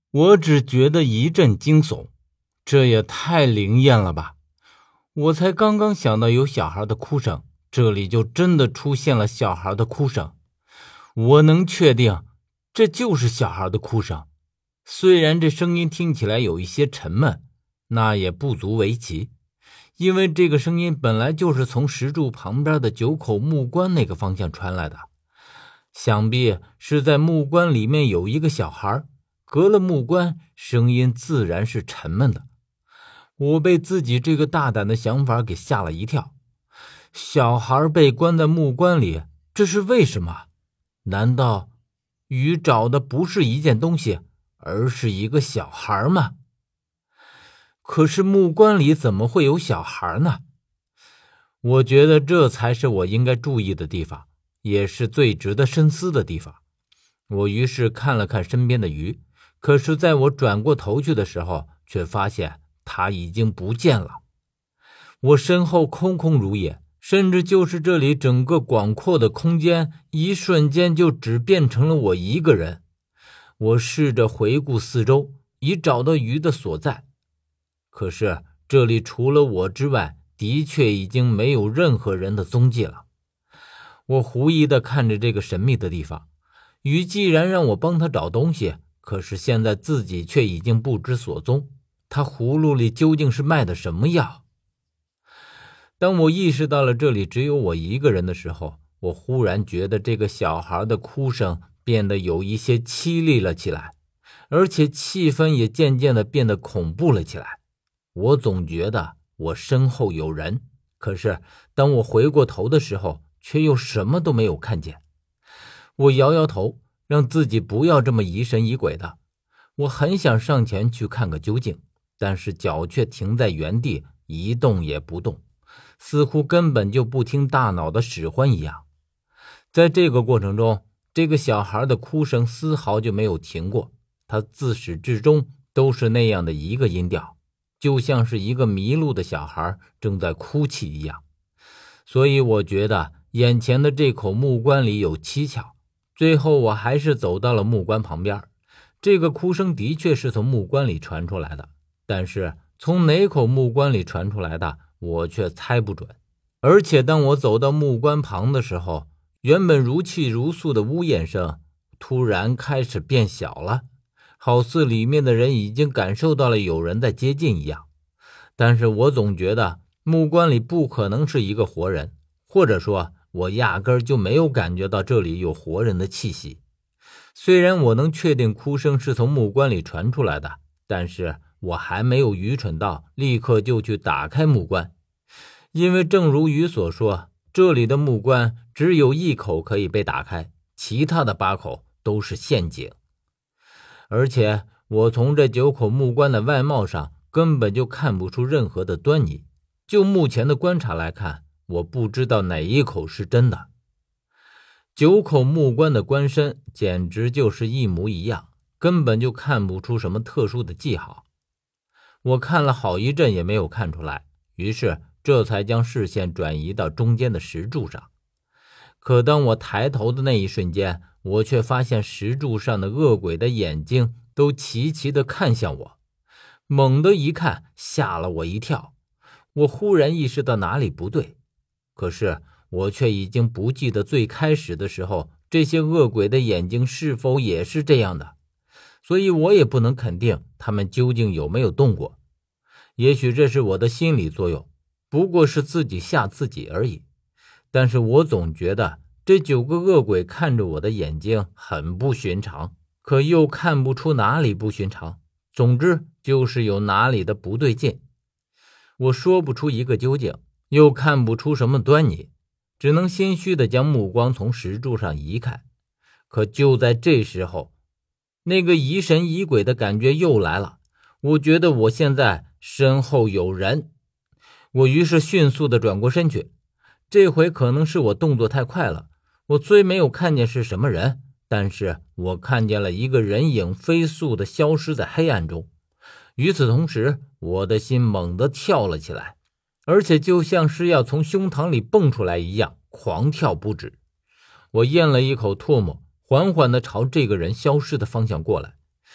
我只觉得一阵惊悚，这也太灵验了吧！我才刚刚想到有小孩的哭声，这里就真的出现了小孩的哭声。我能确定这就是小孩的哭声，虽然这声音听起来有一些沉闷，那也不足为奇，因为这个声音本来就是从石柱旁边的九口木棺那个方向传来的，想必是在木棺里面有一个小孩，隔了木棺，声音自然是沉闷的。我被自己这个大胆的想法给吓了一跳。小孩被关在木棺里，这是为什么？难道鱼找的不是一件东西，而是一个小孩吗？可是木棺里怎么会有小孩呢？我觉得这才是我应该注意的地方，也是最值得深思的地方。我于是看了看身边的鱼，可是在我转过头去的时候，却发现它已经不见了。我身后空空如也，甚至就是这里整个广阔的空间，一瞬间就只变成了我一个人。我试着回顾四周，以找到鱼的所在。可是这里除了我之外，的确已经没有任何人的踪迹了。我狐疑地看着这个神秘的地方，鱼既然让我帮他找东西，可是现在自己却已经不知所踪，他葫芦里究竟是卖的什么药？当我意识到了这里只有我一个人的时候，我忽然觉得这个小孩的哭声变得有一些凄厉了起来，而且气氛也渐渐地变得恐怖了起来。我总觉得我身后有人，可是当我回过头的时候，却又什么都没有看见。我摇摇头，让自己不要这么疑神疑鬼的。我很想上前去看个究竟，但是脚却停在原地，一动也不动，似乎根本就不听大脑的使唤一样。在这个过程中，这个小孩的哭声丝毫就没有停过，他自始至终都是那样的一个音调，就像是一个迷路的小孩正在哭泣一样。所以我觉得眼前的这口木棺里有蹊跷。最后我还是走到了木棺旁边，这个哭声的确是从木棺里传出来的，但是从哪口木棺里传出来的，我却猜不准。而且当我走到木棺旁的时候，原本如泣如诉的呜咽声突然开始变小了，好似里面的人已经感受到了有人在接近一样。但是我总觉得木棺里不可能是一个活人，或者说我压根儿就没有感觉到这里有活人的气息。虽然我能确定哭声是从木棺里传出来的，但是我还没有愚蠢到立刻就去打开木棺，因为正如鱼所说，这里的木棺只有一口可以被打开，其他的8口都是陷阱。而且我从这9口木棺的外貌上根本就看不出任何的端倪，就目前的观察来看，我不知道哪一口是真的。9口木棺的棺身简直就是一模一样，根本就看不出什么特殊的记号。我看了好一阵也没有看出来，于是这才将视线转移到中间的石柱上。可当我抬头的那一瞬间，我却发现石柱上的恶鬼的眼睛都齐齐地看向我。猛地一看，吓了我一跳。我忽然意识到哪里不对，可是我却已经不记得最开始的时候这些恶鬼的眼睛是否也是这样的，所以我也不能肯定他们究竟有没有动过。也许这是我的心理作用，不过是自己吓自己而已。但是我总觉得这9个恶鬼看着我的眼睛很不寻常，可又看不出哪里不寻常，总之就是有哪里的不对劲。我说不出一个究竟，又看不出什么端倪，只能心虚地将目光从石柱上移开。可就在这时候，那个疑神疑鬼的感觉又来了，我觉得我现在身后有人。我于是迅速地转过身去，这回可能是我动作太快了，我虽没有看见是什么人，但是我看见了一个人影飞速地消失在黑暗中。与此同时，我的心猛地跳了起来，而且就像是要从胸膛里蹦出来一样，狂跳不止。我咽了一口唾沫，缓缓地朝这个人消失的方向过来。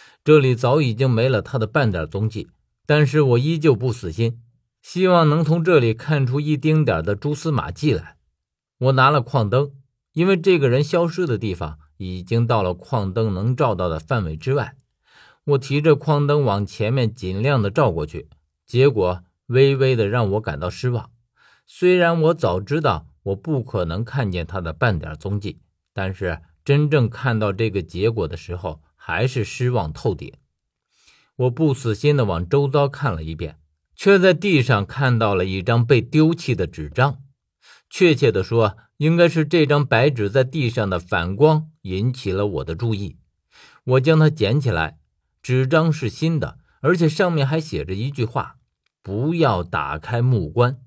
这里早已经没了他的半点踪迹，但是我依旧不死心，希望能从这里看出一丁点的蛛丝马迹来。我拿了矿灯，因为这个人消失的地方已经到了矿灯能照到的范围之外。我提着矿灯往前面尽量的照过去，结果微微的让我感到失望。虽然我早知道我不可能看见他的半点踪迹，但是真正看到这个结果的时候，还是失望透顶。我不死心的往周遭看了一遍，却在地上看到了一张被丢弃的纸张。确切的说，应该是这张白纸在地上的反光引起了我的注意。我将它捡起来，纸张是新的，而且上面还写着一句话：不要打开木棺。